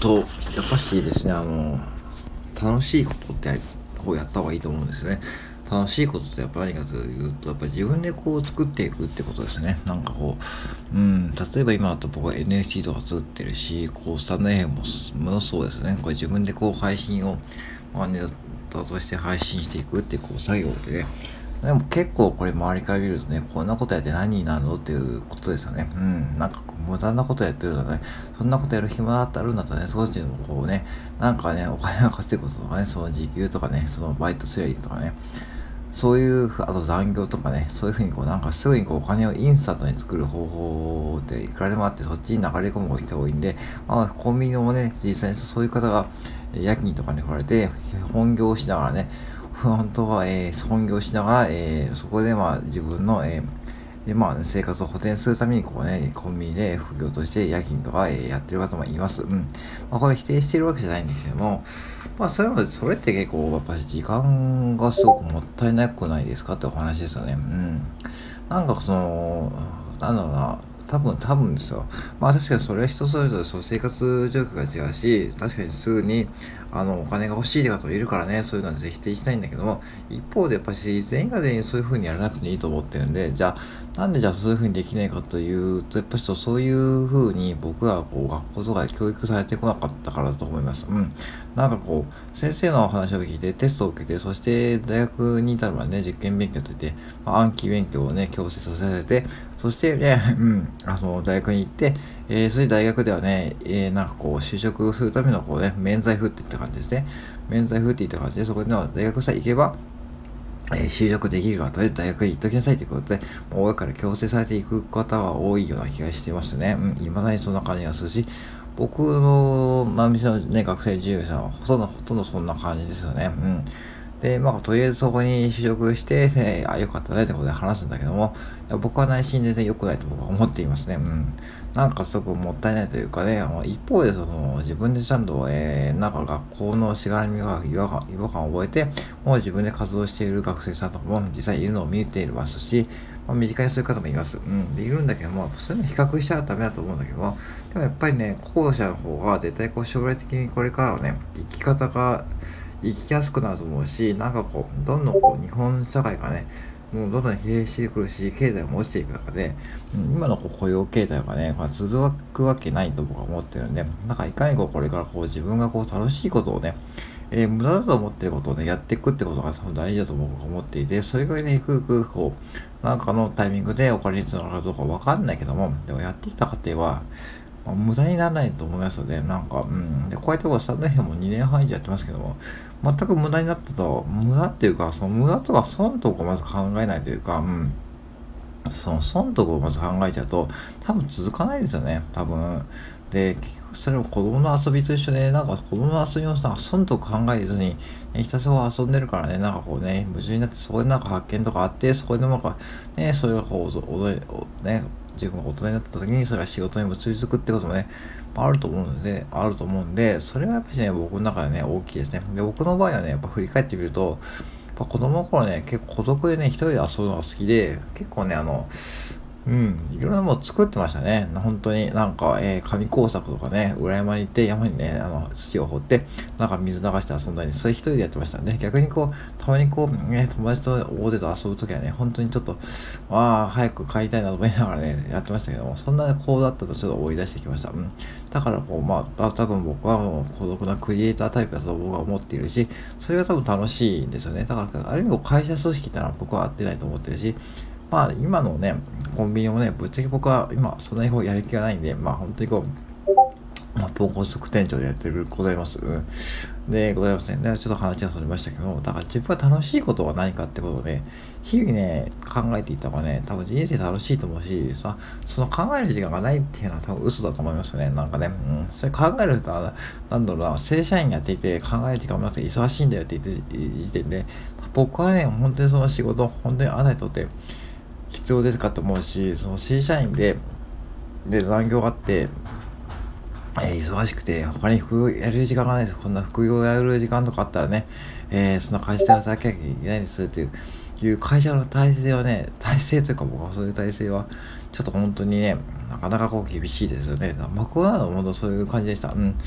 やっぱしですね、楽しいことってやった方がいいと思うんですね。楽しいことってやっぱ何かというと、やっぱり自分で作っていくってことですね。例えば今だと僕は NFT とか作ってるし、スタンド FM もそうですね。これ自分で配信を、ネタとして配信していくっていう作業でね、でも結構これ周りから見るとね、こんなことやって何になるのっていうことですよね。無駄なことやってるのね、そんなことやる暇だってあるんだったらね、少しでもお金を稼ぐこととかね、その時給とかね、そのバイトすりゃいいとかね、あと残業とかね、そういうふうにすぐにお金をインスタントに作る方法っていくらでもあって、そっちに流れ込む人が多いんで、コンビニもね、実際にそういう方が夜勤とかに来られて、本業をしながらね、本当は、本業しながら、そこで自分の、生活を補填するためにコンビニで副業として夜勤とか、やってる方もいます。これ否定してるわけじゃないんですけども、それって結構、やっぱり時間がすごくもったいなくないですかってお話ですよね。なんかその、なんだろうな、多分ですよ。確かにそれは人それぞれ生活状況が違うし、確かにすぐに、お金が欲しい方もいるからね、そういうのは否定したいんだけども、一方でやっぱし全員が全員そういう風にやらなくていいと思ってるんで、なんでそういう風にできないかというと、やっぱりそういう風に僕は学校とかで教育されてこなかったからだと思います。先生の話を聞いてテストを受けて、そして大学に至るまでね、受験勉強といって、暗記勉強をね、強制させられて、そしてね、大学に行って、そして大学ではね、就職するための免罪符っていった感じですね。免罪符っていった感じで、そこでは大学さえ行けば、就職できるから、とりあえず大学に行っときなさいということで、親から強制されていく方は多いような気がしていますね。未だにそんな感じがするし、僕の、店のね、学生従業員さんはほとんどそんな感じですよね。で、とりあえずそこに就職して、よかったねってことで話すんだけども、僕は内心全然良くないと僕は思っていますね。すごくもったいないというかね、一方で自分でちゃんと、学校のしがらみが違和感を覚えて、もう自分で活動している学生さんとかも実際いるのを見ていますし、身近にそういう方もいます。で、いるんだけども、そういうの比較しちゃダメだと思うんだけども、でもやっぱりね、後者の方が絶対将来的にこれからはね、生きやすくなると思うし、どんどん日本社会がね、もうどんどん疲弊してくるし、経済も落ちていく中で、今の雇用形態がね、続くわけないと僕は思ってるんで、いかにこれから自分が楽しいことをね、無駄だと思っていることをね、やっていくってことが大事だと僕は思っていて、それがね、ゆくゆくなんかのタイミングでお金につながるかどうかわかんないけども、でもやってきた過程は、無駄にならないと思いますので、で、こうやってスタンド FM も2年半以上やってますけども、全く無駄になったと、無駄っていうか、その無駄とか損とかまず考えないというか、その損得をまず考えちゃうと、多分続かないですよね、多分。で、結局それも子供の遊びと一緒で、子供の遊びを損得考えずに、ひたすら遊んでるからね、夢中になって、そこで発見とかあって、そこでそれが自分が大人になった時に、それが仕事に結びつくってこともね、あると思うんで、それはやっぱりね、僕の中でね、大きいですね。で、僕の場合はね、やっぱ振り返ってみると、子供の頃ね、結構孤独でね、一人で遊ぶのが好きで、結構ね、いろんなもの作ってましたね。本当に紙工作とかね、裏山に行って山にね、土を掘って、水流して遊んだり、それ一人でやってましたね。逆にたまに友達と大勢と遊ぶときはね、本当にちょっと、早く帰りたいなと思いながらね、やってましたけども、そんな子だったとちょっと思い出してきました。だから多分僕はもう孤独なクリエイタータイプだと僕は思っているし、それが多分楽しいんですよね。だから、ある意味会社組織ってのは僕は合ってないと思ってるし、今のね、コンビニもね、ぶっちゃけ僕は今、そんなにやる気がないんで、本当にポンコツ副店長でやってるございます。で、ございますね。で、ちょっと話がそれましたけど、だから自分が楽しいことは何かってことをね、日々ね、考えていった方がね、多分人生楽しいと思うし、その考える時間がないっていうのは多分嘘だと思いますね。それ考えるとは、正社員やっていて考える時間もなくて忙しいんだよって言って時点で、僕はね、本当にその仕事、本当にあなたにとって必要ですかと思うし、その正社員で残業があって、忙しくて、他に副業やれる時間がないです。こんな副業やる時間とかあったらね、そんな会社で働きなきゃいけないんですいう会社の体制はね、体制というか僕はそういう体制は、ちょっと本当にね、なかなか厳しいですよね。僕は本当そういう感じでした。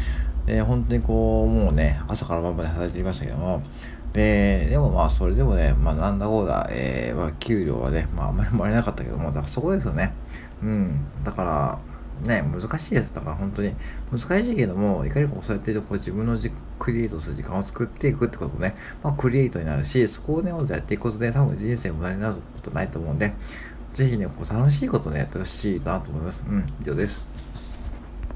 本当にこう、もうね、朝から晩まで働いていましたけども、でもまあ、それでもね、まあ、なんだこうだ、まあ、給料はね、まあ、あんまりもらえなかったけども、だからそこですよね。うん。だから、ね、難しいです。だから本当に、難しいけども、いかにこう、そうやってこう自分のクリエイトする時間を作っていくってことね、まあ、クリエイトになるし、そこをね、やっていくことで、多分人生無駄になることないと思うんで、ぜひね、こう楽しいことをね、やってほしいなと思います。うん、以上です。